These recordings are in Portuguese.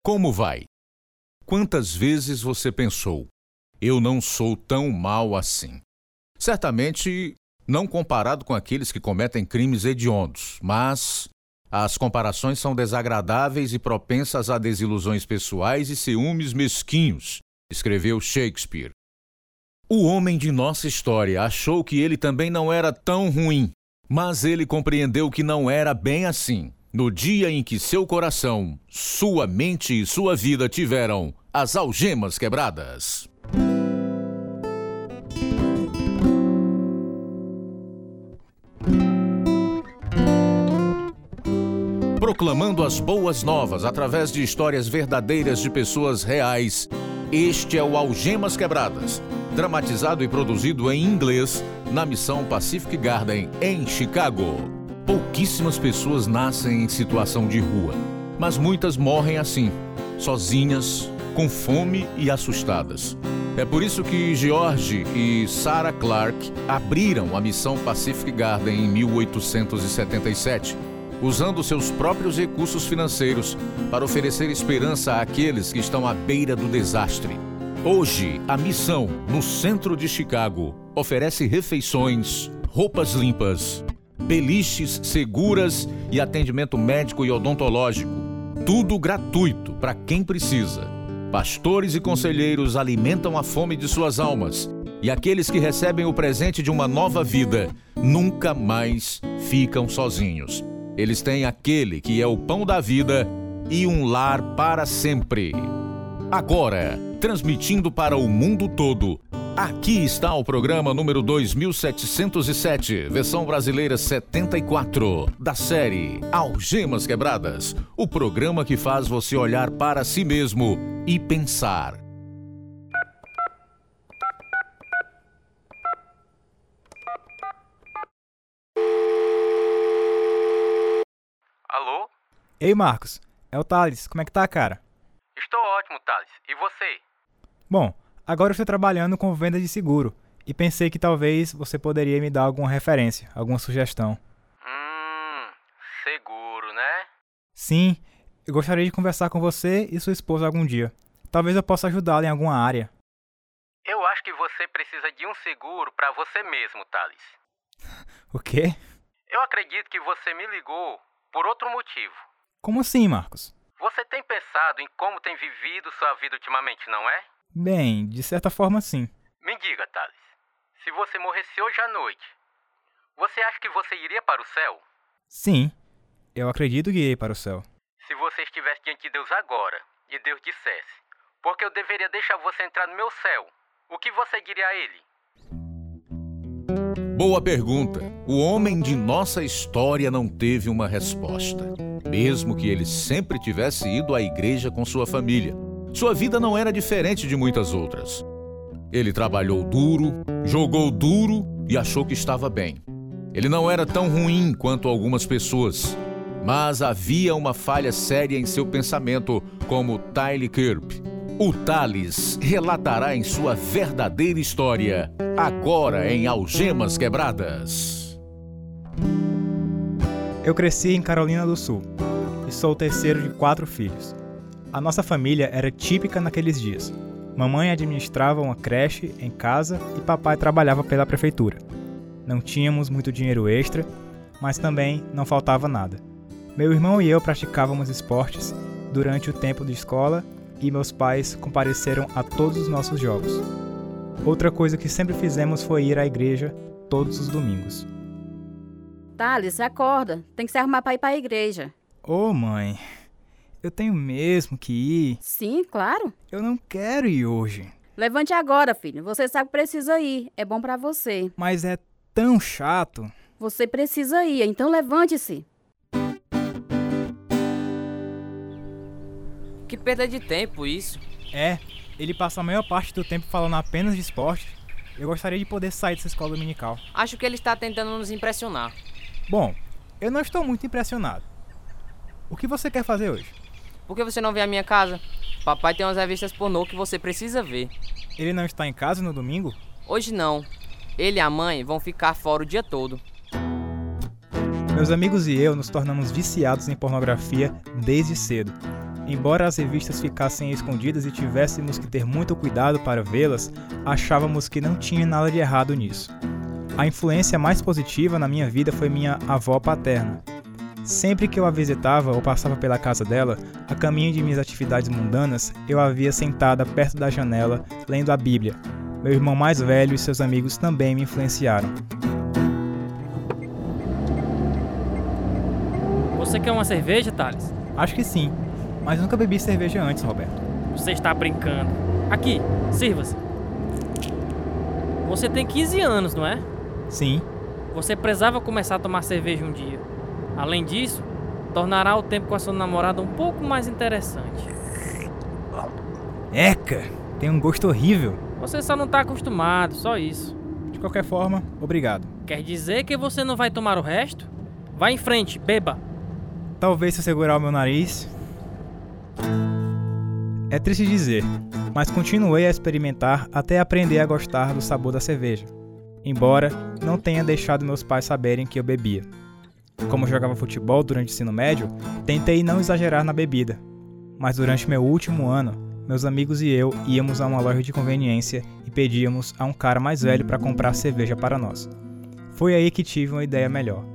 Como vai? Quantas vezes você pensou, eu não sou tão mal assim? Certamente não comparado com aqueles que cometem crimes hediondos, mas as comparações são desagradáveis e propensas a desilusões pessoais e ciúmes mesquinhos, escreveu Shakespeare. O homem de nossa história achou que ele também não era tão ruim, mas ele compreendeu que não era bem assim, no dia em que seu coração, sua mente e sua vida tiveram as algemas quebradas. Proclamando as boas novas através de histórias verdadeiras de pessoas reais, este é o Algemas Quebradas, dramatizado e produzido em inglês na missão Pacific Garden, em Chicago. Pouquíssimas pessoas nascem em situação de rua, mas muitas morrem assim, sozinhas, com fome e assustadas. É por isso que George e Sarah Clark abriram a missão Pacific Garden em 1877, usando seus próprios recursos financeiros para oferecer esperança àqueles que estão à beira do desastre. Hoje, a missão, no centro de Chicago, oferece refeições, roupas limpas, beliches seguras e atendimento médico e odontológico. Tudo gratuito para quem precisa. Pastores e conselheiros alimentam a fome de suas almas, e aqueles que recebem o presente de uma nova vida nunca mais ficam sozinhos. Eles têm aquele que é o pão da vida e um lar para sempre. Agora, transmitindo para o mundo todo, aqui está o programa número 2707, versão brasileira 74, da série Algemas Quebradas, o programa que faz você olhar para si mesmo e pensar. Alô? Ei, Marcos. É o Thales. Como é que tá, cara? Estou ótimo, Thales. E você? Bom, agora eu estou trabalhando com venda de seguro e pensei que talvez você poderia me dar alguma referência, alguma sugestão. Seguro, né? Sim, eu gostaria de conversar com você e sua esposa algum dia. Talvez eu possa ajudá-la em alguma área. Eu acho que você precisa de um seguro para você mesmo, Thales. O quê? Eu acredito que você me ligou por outro motivo. Como assim, Marcos? Você tem pensado em como tem vivido sua vida ultimamente, não é? Bem, de certa forma sim. Me diga, Thales, se você morresse hoje à noite, você acha que você iria para o céu? Sim, eu acredito que irei para o céu. Se você estivesse diante de Deus agora e Deus dissesse, porque eu deveria deixar você entrar no meu céu, o que você diria a ele? Boa pergunta. O homem de nossa história não teve uma resposta, mesmo que ele sempre tivesse ido à igreja com sua família. Sua vida não era diferente de muitas outras. Ele trabalhou duro, jogou duro e achou que estava bem. Ele não era tão ruim quanto algumas pessoas, mas havia uma falha séria em seu pensamento, como Tyler Kirk. O Thales relatará em sua verdadeira história, agora em Algemas Quebradas. Eu cresci em Carolina do Sul e sou o terceiro de 4 filhos. A nossa família era típica naqueles dias. Mamãe administrava uma creche em casa e papai trabalhava pela prefeitura. Não tínhamos muito dinheiro extra, mas também não faltava nada. Meu irmão e eu praticávamos esportes durante o tempo de escola e meus pais compareceram a todos os nossos jogos. Outra coisa que sempre fizemos foi ir à igreja todos os domingos. Thales, acorda. Tem que se arrumar para ir para a igreja. Ô, mãe, eu tenho mesmo que ir. Sim, claro. Eu não quero ir hoje. Levante agora, filho. Você sabe que precisa ir. É bom para você. Mas é tão chato. Você precisa ir, então levante-se. Que perda de tempo isso. É, ele passa a maior parte do tempo falando apenas de esporte. Eu gostaria de poder sair dessa escola dominical. Acho que ele está tentando nos impressionar. Bom, eu não estou muito impressionado. O que você quer fazer hoje? Por que você não vem à minha casa? Papai tem umas revistas pornô que você precisa ver. Ele não está em casa no domingo? Hoje não. Ele e a mãe vão ficar fora o dia todo. Meus amigos e eu nos tornamos viciados em pornografia desde cedo. Embora as revistas ficassem escondidas e tivéssemos que ter muito cuidado para vê-las, achávamos que não tinha nada de errado nisso. A influência mais positiva na minha vida foi minha avó paterna. Sempre que eu a visitava ou passava pela casa dela, a caminho de minhas atividades mundanas, eu a via sentada perto da janela, lendo a Bíblia. Meu irmão mais velho e seus amigos também me influenciaram. Você quer uma cerveja, Thales? Acho que sim, mas nunca bebi cerveja antes, Roberto. Você está brincando. Aqui, sirva-se. Você tem 15 anos, não é? Sim. Você precisava começar a tomar cerveja um dia. Além disso, tornará o tempo com a sua namorada um pouco mais interessante. Eca, tem um gosto horrível. Você só não está acostumado, só isso. De qualquer forma, obrigado. Quer dizer que você não vai tomar o resto? Vá em frente, beba. Talvez se eu segurar o meu nariz... É triste dizer, mas continuei a experimentar até aprender a gostar do sabor da cerveja. Embora não tenha deixado meus pais saberem que eu bebia. Como jogava futebol durante o ensino médio, tentei não exagerar na bebida. Mas durante meu último ano, meus amigos e eu íamos a uma loja de conveniência e pedíamos a um cara mais velho para comprar cerveja para nós. Foi aí que tive uma ideia melhor.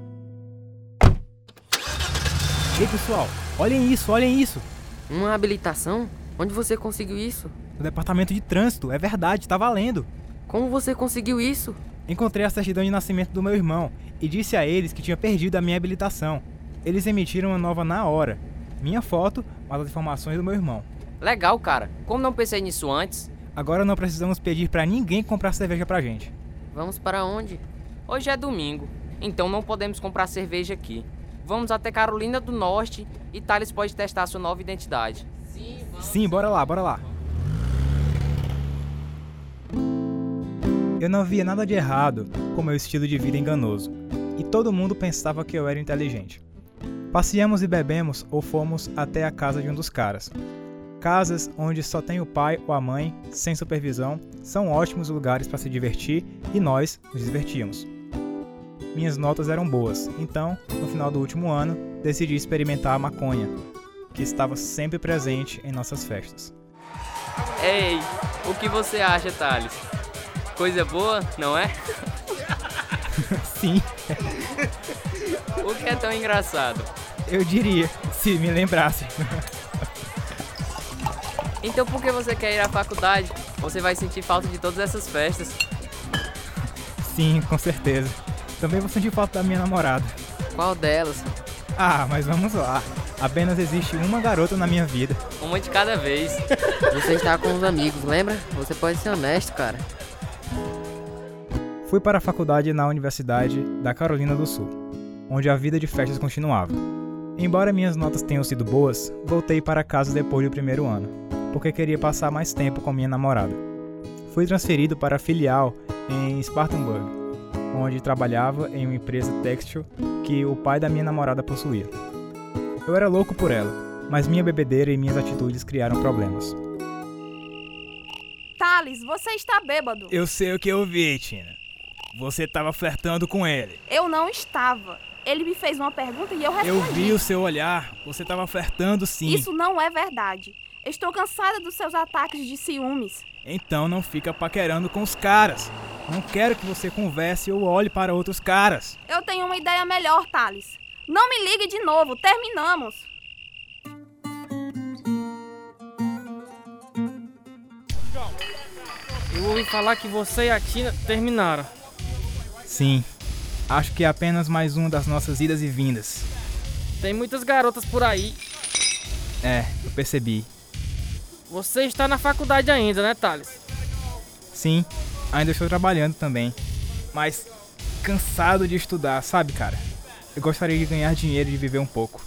Ei pessoal, olhem isso! Uma habilitação? Onde você conseguiu isso? No departamento de trânsito, é verdade, tá valendo. Como você conseguiu isso? Encontrei a certidão de nascimento do meu irmão e disse a eles que tinha perdido a minha habilitação. Eles emitiram uma nova na hora. Minha foto, mas as informações do meu irmão. Legal, cara. Como não pensei nisso antes? Agora não precisamos pedir pra ninguém comprar cerveja pra gente. Vamos para onde? Hoje é domingo, então não podemos comprar cerveja aqui. Vamos até Carolina do Norte e Thales pode testar sua nova identidade. Sim, bora lá. Eu não via nada de errado com meu estilo de vida enganoso, e todo mundo pensava que eu era inteligente. Passeamos e bebemos ou fomos até a casa de um dos caras. Casas onde só tem o pai ou a mãe, sem supervisão, são ótimos lugares para se divertir e nós nos divertíamos. Minhas notas eram boas, então, no final do último ano, decidi experimentar a maconha, que estava sempre presente em nossas festas. Ei, o que você acha, Thales? Coisa boa, não é? Sim. O que é tão engraçado? Eu diria, se me lembrasse. Então por que você quer ir à faculdade? Você vai sentir falta de todas essas festas. Sim, com certeza. Também vou sentir falta da minha namorada. Qual delas? Ah, mas vamos lá. Apenas existe uma garota na minha vida. Uma de cada vez. Você está com os amigos, lembra? Você pode ser honesto, cara. Fui para a faculdade na Universidade da Carolina do Sul, onde a vida de festas continuava. Embora minhas notas tenham sido boas, voltei para casa depois do primeiro ano, porque queria passar mais tempo com minha namorada. Fui transferido para a filial em Spartanburg, onde trabalhava em uma empresa têxtil que o pai da minha namorada possuía. Eu era louco por ela, mas minha bebedeira e minhas atitudes criaram problemas. Thales, você está bêbado. Eu sei o que eu vi, Tina. Você estava flertando com ele. Eu não estava. Ele me fez uma pergunta e eu respondi. Eu vi o seu olhar. Você estava flertando sim. Isso não é verdade. Estou cansada dos seus ataques de ciúmes. Então não fica paquerando com os caras. Não quero que você converse ou olhe para outros caras. Eu tenho uma ideia melhor, Thales. Não me ligue de novo. Terminamos. Eu ouvi falar que você e a Tina terminaram. Sim. Acho que é apenas mais uma das nossas idas e vindas. Tem muitas garotas por aí. É, eu percebi. Você está na faculdade ainda, né, Thales? Sim, ainda estou trabalhando também. Mas cansado de estudar, sabe, cara? Eu gostaria de ganhar dinheiro e de viver um pouco.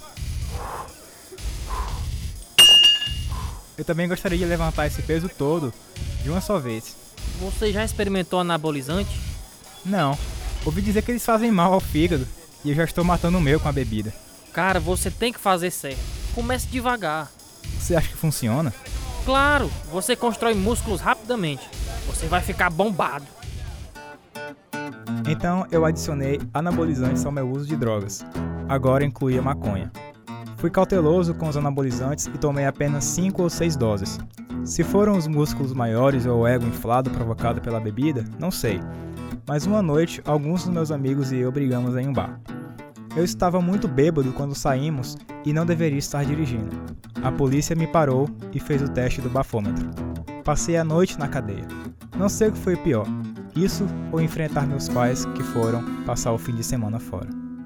Eu também gostaria de levantar esse peso todo de uma só vez. Você já experimentou anabolizante? Não. Ouvi dizer que eles fazem mal ao fígado e eu já estou matando o meu com a bebida. Cara, você tem que fazer certo. Comece devagar. Você acha que funciona? Claro, você constrói músculos rapidamente. Você vai ficar bombado. Então eu adicionei anabolizantes ao meu uso de drogas. Agora incluía maconha. Fui cauteloso com os anabolizantes e tomei apenas 5 ou 6 doses. Se foram os músculos maiores ou o ego inflado provocado pela bebida, não sei. Mas uma noite, alguns dos meus amigos e eu brigamos em um bar. Eu estava muito bêbado quando saímos e não deveria estar dirigindo. A polícia me parou e fez o teste do bafômetro. Passei a noite na cadeia. Não sei o que foi pior, isso ou enfrentar meus pais que foram passar o fim de semana fora.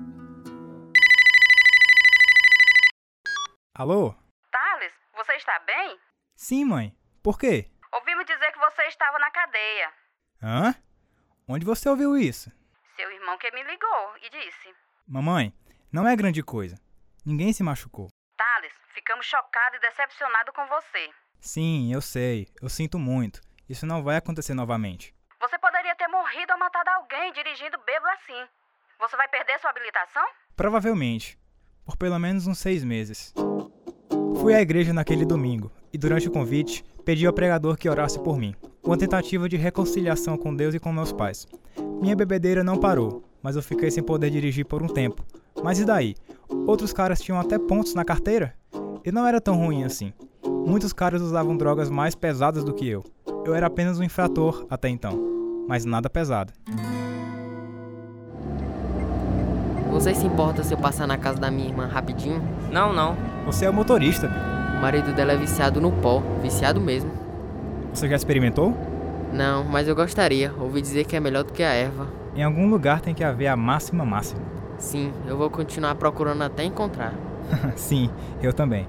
Alô? Thales, você está bem? Sim, mãe. Por quê? Ouvimos dizer que você estava na cadeia. Hã? Onde você ouviu isso? Seu irmão que me ligou e disse. Mamãe, não é grande coisa. Ninguém se machucou. Thales, ficamos chocados e decepcionados com você. Sim, eu sei. Eu sinto muito. Isso não vai acontecer novamente. Você poderia ter morrido ou matado alguém dirigindo bêbado assim. Você vai perder sua habilitação? Provavelmente. Por pelo menos uns 6 meses. Fui à igreja naquele domingo e durante o convite pedi ao pregador que orasse por mim. Uma tentativa de reconciliação com Deus e com meus pais. Minha bebedeira não parou, mas eu fiquei sem poder dirigir por um tempo. Mas e daí? Outros caras tinham até pontos na carteira? E não era tão ruim assim. Muitos caras usavam drogas mais pesadas do que eu. Eu era apenas um infrator até então, mas nada pesado. Você se importa se eu passar na casa da minha irmã rapidinho? Não, não. Você é o motorista. O marido dela é viciado no pó, viciado mesmo. Você já experimentou? Não, mas eu gostaria. Ouvi dizer que é melhor do que a erva. Em algum lugar tem que haver a máxima. Sim, eu vou continuar procurando até encontrar. Sim, eu também.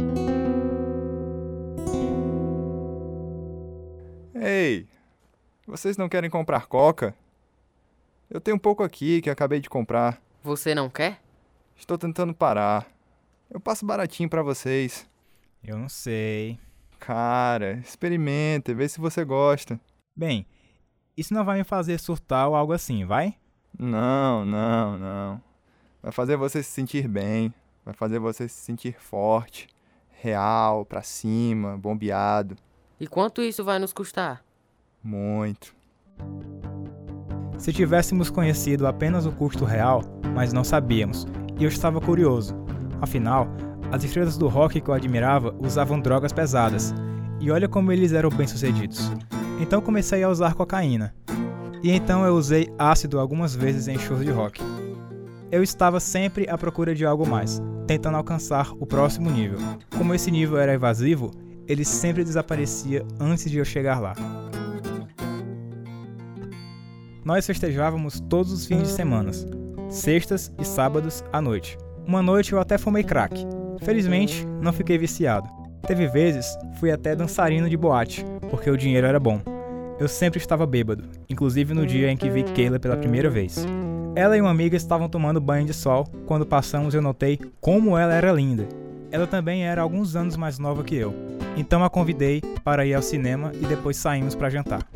Ei, vocês não querem comprar coca? Eu tenho um pouco aqui que acabei de comprar. Você não quer? Estou tentando parar. Eu passo baratinho pra vocês. Eu não sei. Cara, experimenta, vê se você gosta. Bem, isso não vai me fazer surtar ou algo assim, vai? Não. Vai fazer você se sentir bem. Vai fazer você se sentir forte. Real, pra cima, bombeado. E quanto isso vai nos custar? Muito. Se tivéssemos conhecido apenas o custo real, mas não sabíamos, e eu estava curioso. Afinal, as estrelas do rock que eu admirava usavam drogas pesadas, e olha como eles eram bem-sucedidos. Então comecei a usar cocaína. E então eu usei ácido algumas vezes em shows de rock. Eu estava sempre à procura de algo mais, tentando alcançar o próximo nível. Como esse nível era evasivo, ele sempre desaparecia antes de eu chegar lá. Nós festejávamos todos os fins de semana, sextas e sábados à noite. Uma noite eu até fumei crack. Felizmente, não fiquei viciado. Teve vezes, fui até dançarino de boate, porque o dinheiro era bom. Eu sempre estava bêbado, inclusive no dia em que vi Keila pela primeira vez. Ela e uma amiga estavam tomando banho de sol. Quando passamos, eu notei como ela era linda. Ela também era alguns anos mais nova que eu. Então a convidei para ir ao cinema e depois saímos para jantar.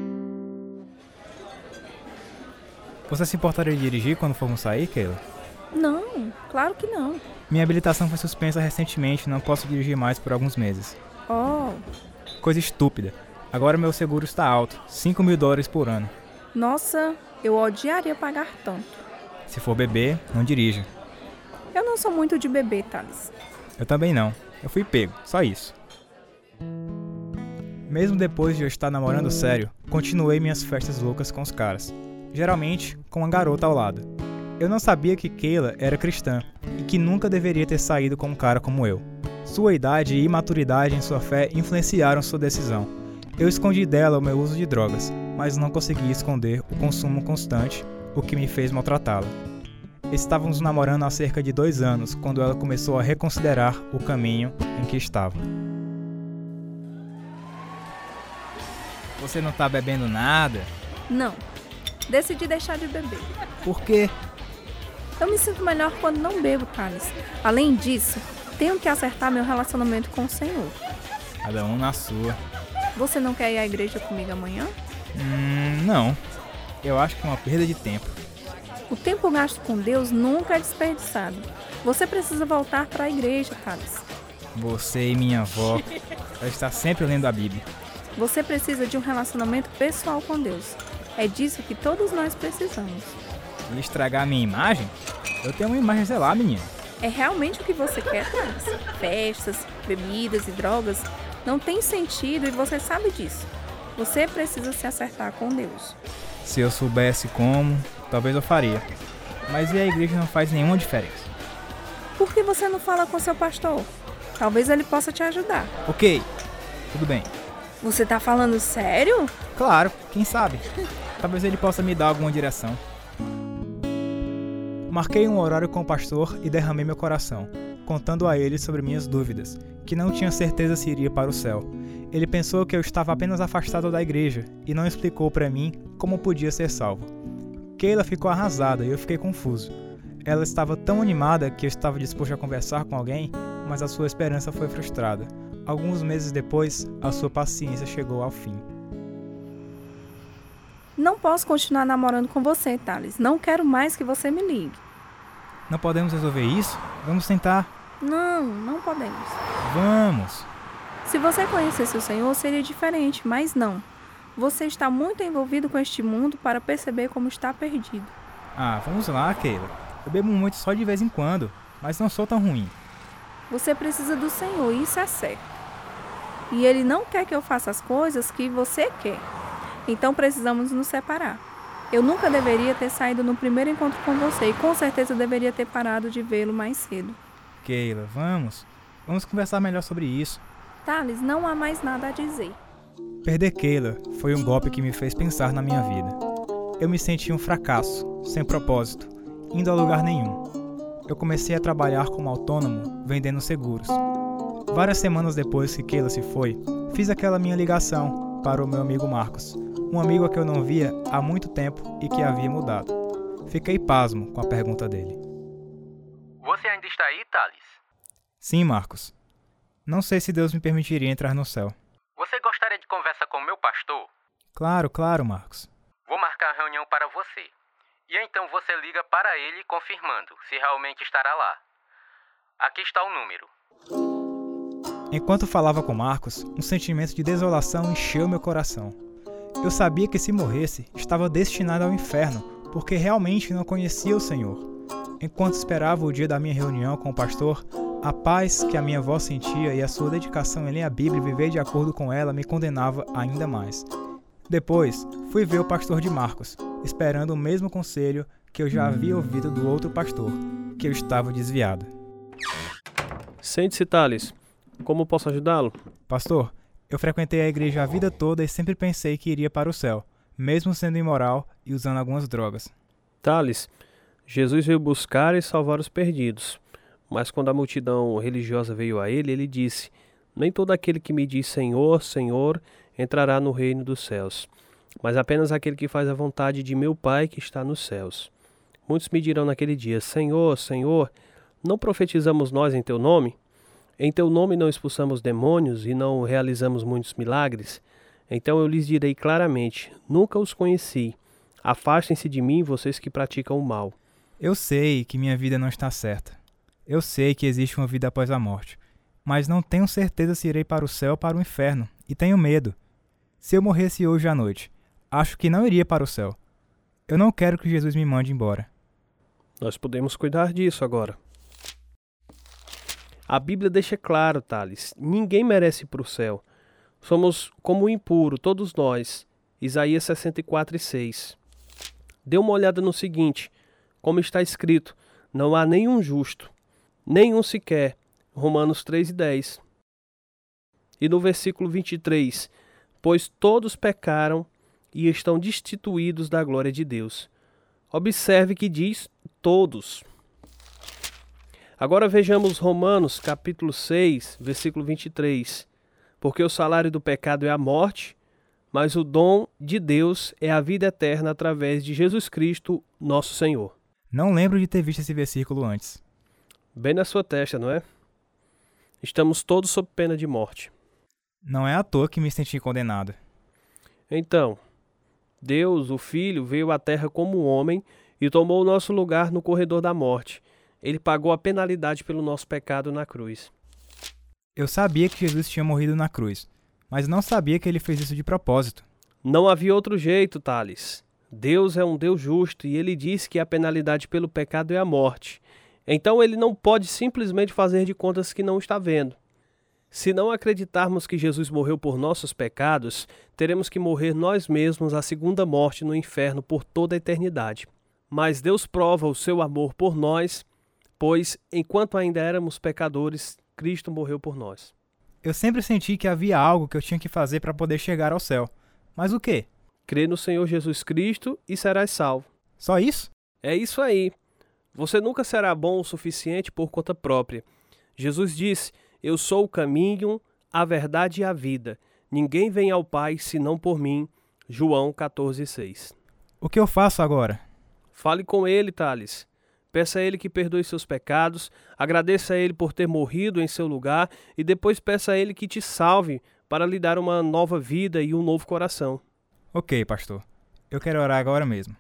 Você se importaria de dirigir quando formos sair, Keila? Não, claro que não. Minha habilitação foi suspensa recentemente e não posso dirigir mais por alguns meses. Oh. Coisa estúpida. Agora meu seguro está alto, $5.000 por ano. Nossa, eu odiaria pagar tanto. Se for beber, não dirija. Eu não sou muito de beber, Thales. Eu também não. Eu fui pego, só isso. Mesmo depois de eu estar namorando sério, continuei minhas festas loucas com os caras. Geralmente com uma garota ao lado. Eu não sabia que Keila era cristã e que nunca deveria ter saído com um cara como eu. Sua idade e imaturidade em sua fé influenciaram sua decisão. Eu escondi dela o meu uso de drogas, mas não consegui esconder o consumo constante, o que me fez maltratá-la. Estávamos namorando há cerca de 2 anos, quando ela começou a reconsiderar o caminho em que estava. Você não tá bebendo nada? Não. Decidi deixar de beber. Por quê? Eu me sinto melhor quando não bebo, Thales. Além disso, tenho que acertar meu relacionamento com o Senhor. Cada um na sua. Você não quer ir à igreja comigo amanhã? Não. Eu acho que é uma perda de tempo. O tempo gasto com Deus nunca é desperdiçado. Você precisa voltar para a igreja, Thales. Você e minha avó. Ela está sempre lendo a Bíblia. Você precisa de um relacionamento pessoal com Deus. É disso que todos nós precisamos. E estragar a minha imagem? Eu tenho uma imagem, sei lá, menina. É realmente o que você quer, Thales? Festas, bebidas e drogas não tem sentido e você sabe disso. Você precisa se acertar com Deus. Se eu soubesse como, talvez eu faria. Mas e a igreja não faz nenhuma diferença. Por que você não fala com seu pastor? Talvez ele possa te ajudar. Ok, tudo bem. Você tá falando sério? Claro, quem sabe? Talvez ele possa me dar alguma direção. Marquei um horário com o pastor e derramei meu coração, contando a ele sobre minhas dúvidas, que não tinha certeza se iria para o céu. Ele pensou que eu estava apenas afastado da igreja e não explicou para mim como podia ser salvo. Keila ficou arrasada e eu fiquei confuso. Ela estava tão animada que eu estava disposto a conversar com alguém, mas a sua esperança foi frustrada. Alguns meses depois, a sua paciência chegou ao fim. Não posso continuar namorando com você, Thales. Não quero mais que você me ligue. Não podemos resolver isso? Vamos tentar. Não podemos. Vamos. Se você conhecesse o Senhor, seria diferente, mas não. Você está muito envolvido com este mundo para perceber como está perdido. Vamos lá, Keila. Eu bebo muito só de vez em quando, mas não sou tão ruim. Você precisa do Senhor, isso é certo. E Ele não quer que eu faça as coisas que você quer. Então precisamos nos separar. Eu nunca deveria ter saído no primeiro encontro com você e com certeza deveria ter parado de vê-lo mais cedo. Keila, vamos conversar melhor sobre isso. Thales, não há mais nada a dizer. Perder Keila foi um golpe que me fez pensar na minha vida. Eu me senti um fracasso, sem propósito, indo a lugar nenhum. Eu comecei a trabalhar como autônomo, vendendo seguros. Várias semanas depois que Keila se foi, fiz aquela minha ligação para o meu amigo Marcos, um amigo a que eu não via há muito tempo e que havia mudado. Fiquei pasmo com a pergunta dele. Você ainda está aí, Thales? Sim, Marcos. Não sei se Deus me permitiria entrar no céu. Você gostaria de conversar com o meu pastor? Claro, Marcos. Vou marcar a reunião para você. E então você liga para ele confirmando se realmente estará lá. Aqui está o número. Enquanto falava com Marcos, um sentimento de desolação encheu meu coração. Eu sabia que se morresse, estava destinado ao inferno, porque realmente não conhecia o Senhor. Enquanto esperava o dia da minha reunião com o pastor, a paz que a minha avó sentia e a sua dedicação em ler a Bíblia e viver de acordo com ela me condenava ainda mais. Depois, fui ver o pastor de Marcos, esperando o mesmo conselho que eu já havia ouvido do outro pastor, que eu estava desviado. Sente-se, Thales. Como posso ajudá-lo? Pastor, eu frequentei a igreja a vida toda e sempre pensei que iria para o céu, mesmo sendo imoral e usando algumas drogas. Thales, Jesus veio buscar e salvar os perdidos. Mas quando a multidão religiosa veio a ele, ele disse: nem todo aquele que me diz Senhor, Senhor, entrará no reino dos céus, mas apenas aquele que faz a vontade de meu Pai que está nos céus. Muitos me dirão naquele dia: Senhor, Senhor, não profetizamos nós em teu nome? Em teu nome não expulsamos demônios e não realizamos muitos milagres? Então eu lhes direi claramente: nunca os conheci. Afastem-se de mim, vocês que praticam o mal. Eu sei que minha vida não está certa. Eu sei que existe uma vida após a morte. Mas não tenho certeza se irei para o céu ou para o inferno. E tenho medo. Se eu morresse hoje à noite, acho que não iria para o céu. Eu não quero que Jesus me mande embora. Nós podemos cuidar disso agora. A Bíblia deixa claro, Thales, ninguém merece ir para o céu. Somos como o impuro, todos nós. Isaías 64:6. Dê uma olhada no seguinte, como está escrito: não há nenhum justo, nenhum sequer. Romanos 3:10. E no versículo 23, pois todos pecaram e estão destituídos da glória de Deus. Observe que diz todos. Agora vejamos Romanos capítulo 6, versículo 23. Porque o salário do pecado é a morte, mas o dom de Deus é a vida eterna através de Jesus Cristo, nosso Senhor. Não lembro de ter visto esse versículo antes. Bem na sua testa, não é? Estamos todos sob pena de morte. Não é à toa que me senti condenado. Então, Deus, o Filho, veio à terra como homem e tomou o nosso lugar no corredor da morte. Ele pagou a penalidade pelo nosso pecado na cruz. Eu sabia que Jesus tinha morrido na cruz, mas não sabia que ele fez isso de propósito. Não havia outro jeito, Thales. Deus é um Deus justo e ele disse que a penalidade pelo pecado é a morte. Então ele não pode simplesmente fazer de contas que não está vendo. Se não acreditarmos que Jesus morreu por nossos pecados, teremos que morrer nós mesmos a segunda morte no inferno por toda a eternidade. Mas Deus prova o seu amor por nós, pois, enquanto ainda éramos pecadores, Cristo morreu por nós. Eu sempre senti que havia algo que eu tinha que fazer para poder chegar ao céu. Mas o quê? Crê no Senhor Jesus Cristo e serás salvo. Só isso? É isso aí. Você nunca será bom o suficiente por conta própria. Jesus disse: eu sou o caminho, a verdade e a vida. Ninguém vem ao Pai senão por mim. João 14,6. O que eu faço agora? Fale com ele, Thales. Peça a ele que perdoe seus pecados, agradeça a ele por ter morrido em seu lugar e depois peça a ele que te salve para lhe dar uma nova vida e um novo coração. Ok, pastor. Eu quero orar agora mesmo.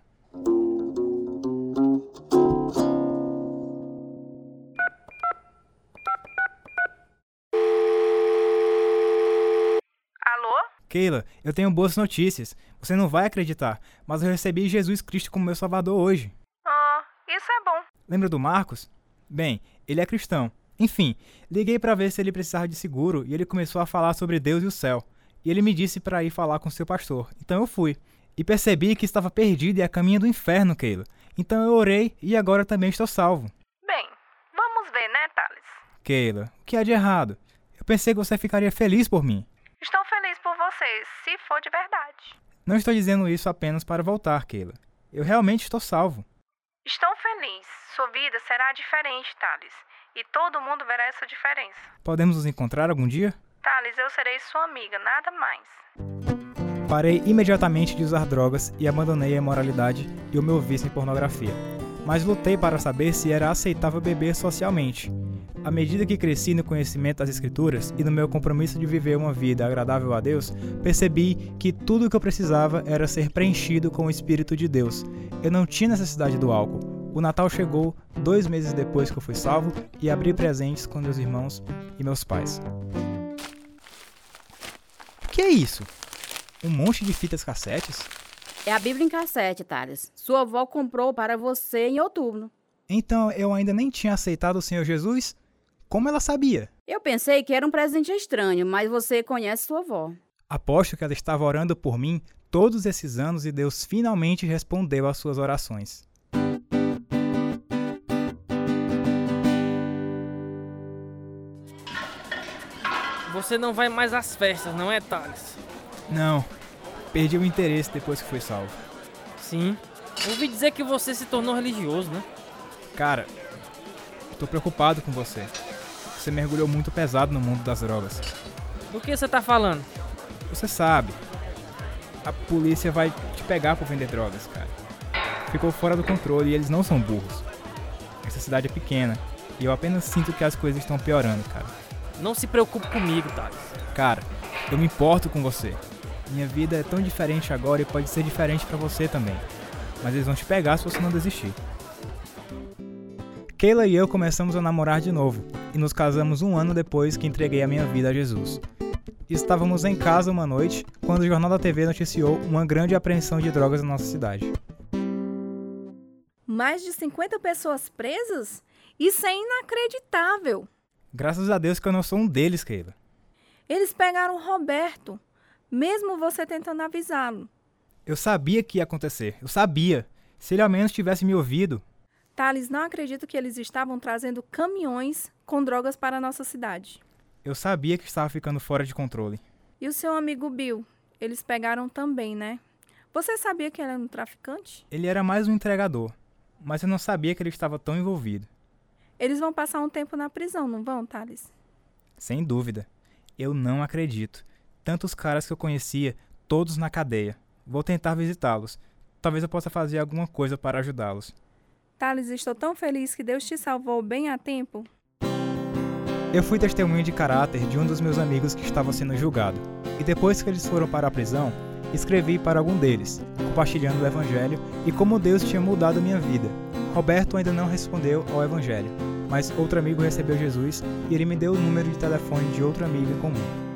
Keila, eu tenho boas notícias. Você não vai acreditar, mas eu recebi Jesus Cristo como meu salvador hoje. Isso é bom. Lembra do Marcos? Bem, ele é cristão. Enfim, liguei para ver se ele precisava de seguro e ele começou a falar sobre Deus e o céu. E ele me disse para ir falar com seu pastor. Então eu fui. E percebi que estava perdido e a caminho do inferno, Keila. Então eu orei e agora também estou salvo. Bem, vamos ver, né, Thales? Keila, o que há de errado? Eu pensei que você ficaria feliz por mim. Estou feliz por vocês, se for de verdade. Não estou dizendo isso apenas para voltar, Keila. Eu realmente estou salvo. Estou feliz. Sua vida será diferente, Thales. E todo mundo verá essa diferença. Podemos nos encontrar algum dia? Thales, eu serei sua amiga, nada mais. Parei imediatamente de usar drogas e abandonei a imoralidade e o meu vício em pornografia. Mas lutei para saber se era aceitável beber socialmente. À medida que cresci no conhecimento das Escrituras e no meu compromisso de viver uma vida agradável a Deus, percebi que tudo o que eu precisava era ser preenchido com o Espírito de Deus. Eu não tinha necessidade do álcool. O Natal chegou 2 meses depois que eu fui salvo e abri presentes com meus irmãos e meus pais. O que é isso? Um monte de fitas cassetes? É a Bíblia em cassete, Thales. Sua avó comprou para você em outubro. Então eu ainda nem tinha aceitado o Senhor Jesus? Como ela sabia? Eu pensei que era um presente estranho, mas você conhece sua avó. Aposto que ela estava orando por mim todos esses anos e Deus finalmente respondeu às suas orações. Você não vai mais às festas, não é, Thales? Não. Perdi o interesse depois que fui salvo. Sim. Ouvi dizer que você se tornou religioso, né? Cara, tô preocupado com você. Você mergulhou muito pesado no mundo das drogas. Do que você tá falando? Você sabe. A polícia vai te pegar por vender drogas, cara. Ficou fora do controle e eles não são burros. Essa cidade é pequena e eu apenas sinto que as coisas estão piorando, cara. Não se preocupe comigo, Thales. Cara, eu me importo com você. Minha vida é tão diferente agora e pode ser diferente pra você também. Mas eles vão te pegar se você não desistir. Keila e eu começamos a namorar de novo e nos casamos 1 ano depois que entreguei a minha vida a Jesus. Estávamos em casa uma noite quando o Jornal da TV noticiou uma grande apreensão de drogas na nossa cidade. Mais de 50 pessoas presas? Isso é inacreditável! Graças a Deus que eu não sou um deles, Keila. Eles pegaram o Roberto, mesmo você tentando avisá-lo. Eu sabia que ia acontecer, eu sabia. Se ele ao menos tivesse me ouvido. Thales, não acredito que eles estavam trazendo caminhões com drogas para a nossa cidade. Eu sabia que estava ficando fora de controle. E o seu amigo Bill? Eles pegaram também, né? Você sabia que ele era um traficante? Ele era mais um entregador, mas eu não sabia que ele estava tão envolvido. Eles vão passar um tempo na prisão, não vão, Thales? Sem dúvida. Eu não acredito. Tantos caras que eu conhecia, todos na cadeia. Vou tentar visitá-los. Talvez eu possa fazer alguma coisa para ajudá-los. Thales, estou tão feliz que Deus te salvou bem a tempo. Eu fui testemunha de caráter de um dos meus amigos que estava sendo julgado. E depois que eles foram para a prisão, escrevi para algum deles, compartilhando o Evangelho e como Deus tinha mudado a minha vida. Roberto ainda não respondeu ao Evangelho, mas outro amigo recebeu Jesus e ele me deu o número de telefone de outro amigo em comum.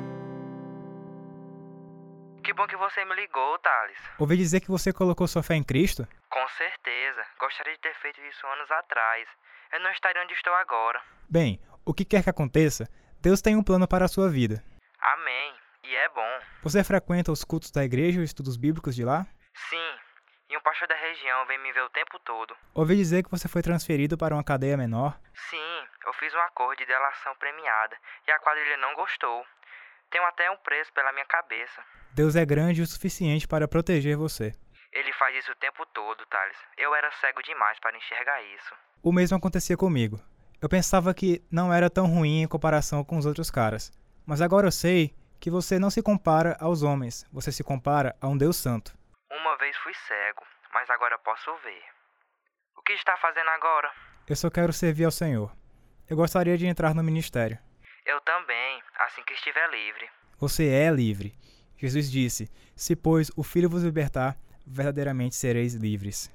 Que bom que você me ligou, Thales. Ouvi dizer que você colocou sua fé em Cristo? Com certeza. Gostaria de ter feito isso anos atrás. Eu não estaria onde estou agora. Bem, o que quer que aconteça, Deus tem um plano para a sua vida. Amém. E é bom. Você frequenta os cultos da igreja ou estudos bíblicos de lá? Sim. E um pastor da região vem me ver o tempo todo. Ouvi dizer que você foi transferido para uma cadeia menor. Sim, eu fiz um acordo de delação premiada e a quadrilha não gostou. Tenho até um preço pela minha cabeça. Deus é grande o suficiente para proteger você. Ele faz isso o tempo todo, Thales. Eu era cego demais para enxergar isso. O mesmo acontecia comigo. Eu pensava que não era tão ruim em comparação com os outros caras. Mas agora eu sei que você não se compara aos homens. Você se compara a um Deus santo. Uma vez fui cego, mas agora posso ver. O que está fazendo agora? Eu só quero servir ao Senhor. Eu gostaria de entrar no ministério. Eu também, assim que estiver livre. Você é livre. Jesus disse, se pois o Filho vos libertar, verdadeiramente sereis livres.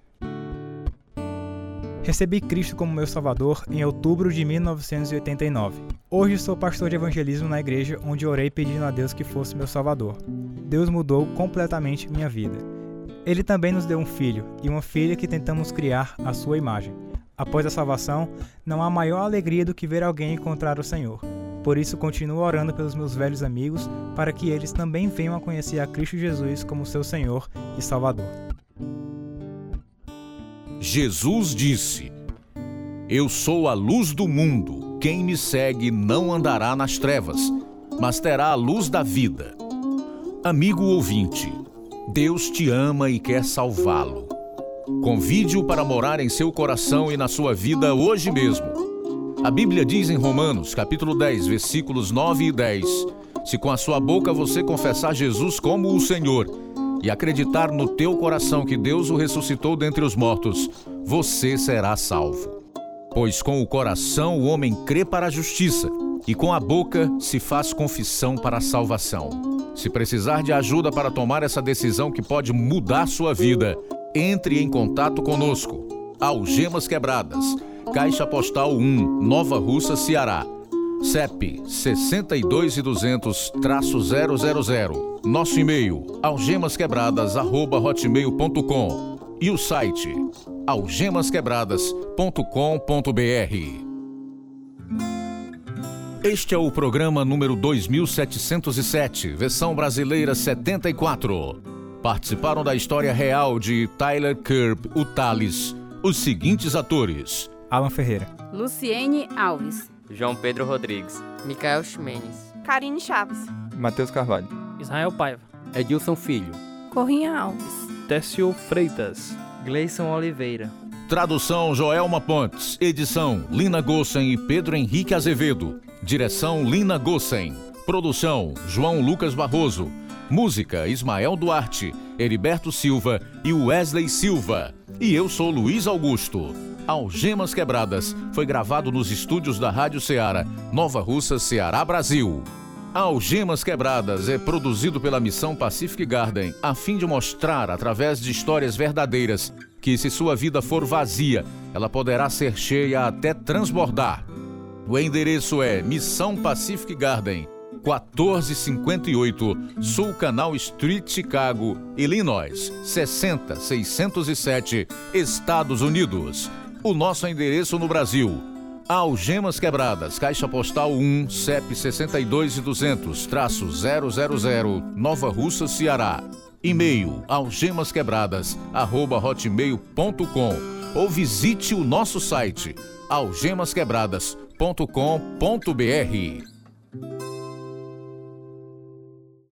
Recebi Cristo como meu Salvador em outubro de 1989. Hoje sou pastor de evangelismo na igreja onde orei pedindo a Deus que fosse meu Salvador. Deus mudou completamente minha vida. Ele também nos deu um filho e uma filha que tentamos criar à sua imagem. Após a salvação, não há maior alegria do que ver alguém encontrar o Senhor. Por isso continuo orando pelos meus velhos amigos para que eles também venham a conhecer a Cristo Jesus como seu Senhor e Salvador. Jesus disse: Eu sou a luz do mundo. Quem me segue não andará nas trevas, mas terá a luz da vida. Amigo ouvinte, Deus te ama e quer salvá-lo. Convide-o para morar em seu coração e na sua vida hoje mesmo. A Bíblia diz em Romanos, capítulo 10, versículos 9 e 10, se com a sua boca você confessar Jesus como o Senhor e acreditar no teu coração que Deus o ressuscitou dentre os mortos, você será salvo. Pois com o coração o homem crê para a justiça e com a boca se faz confissão para a salvação. Se precisar de ajuda para tomar essa decisão que pode mudar sua vida, entre em contato conosco. Algemas Quebradas, Caixa Postal 1, Nova Russa, Ceará. CEP 62200-000. Nosso e-mail algemasquebradas@hotmail.com e o site algemasquebradas.com.br. Este é o programa número 2707, versão brasileira 74. Participaram da história real de Tyler Kirby, o Thales, os seguintes atores: Alan Ferreira, Luciene Alves, João Pedro Rodrigues, Micael Ximenes, Karine Chaves, Matheus Carvalho, Israel Paiva, Edilson Filho, Corrinha Alves, Técio Freitas, Gleison Oliveira. Tradução Joelma Pontes. Edição Lina Gossen e Pedro Henrique Azevedo. Direção Lina Gossen. Produção João Lucas Barroso. Música Ismael Duarte, Heriberto Silva e Wesley Silva. E eu sou Luiz Augusto. Algemas Quebradas foi gravado nos estúdios da Rádio Ceará, Nova Russa, Ceará, Brasil. Algemas Quebradas é produzido pela Missão Pacific Garden a fim de mostrar, através de histórias verdadeiras, que se sua vida for vazia, ela poderá ser cheia até transbordar. O endereço é Missão Pacific Garden, 1458 Sul Canal Street, Chicago, Illinois, 60607, Estados Unidos. O nosso endereço no Brasil: Algemas Quebradas, Caixa Postal 1, CEP 62200-000, Nova Russa, Ceará. E-mail algemasquebradas@hotmail.com ou visite o nosso site algemasquebradas.com.br.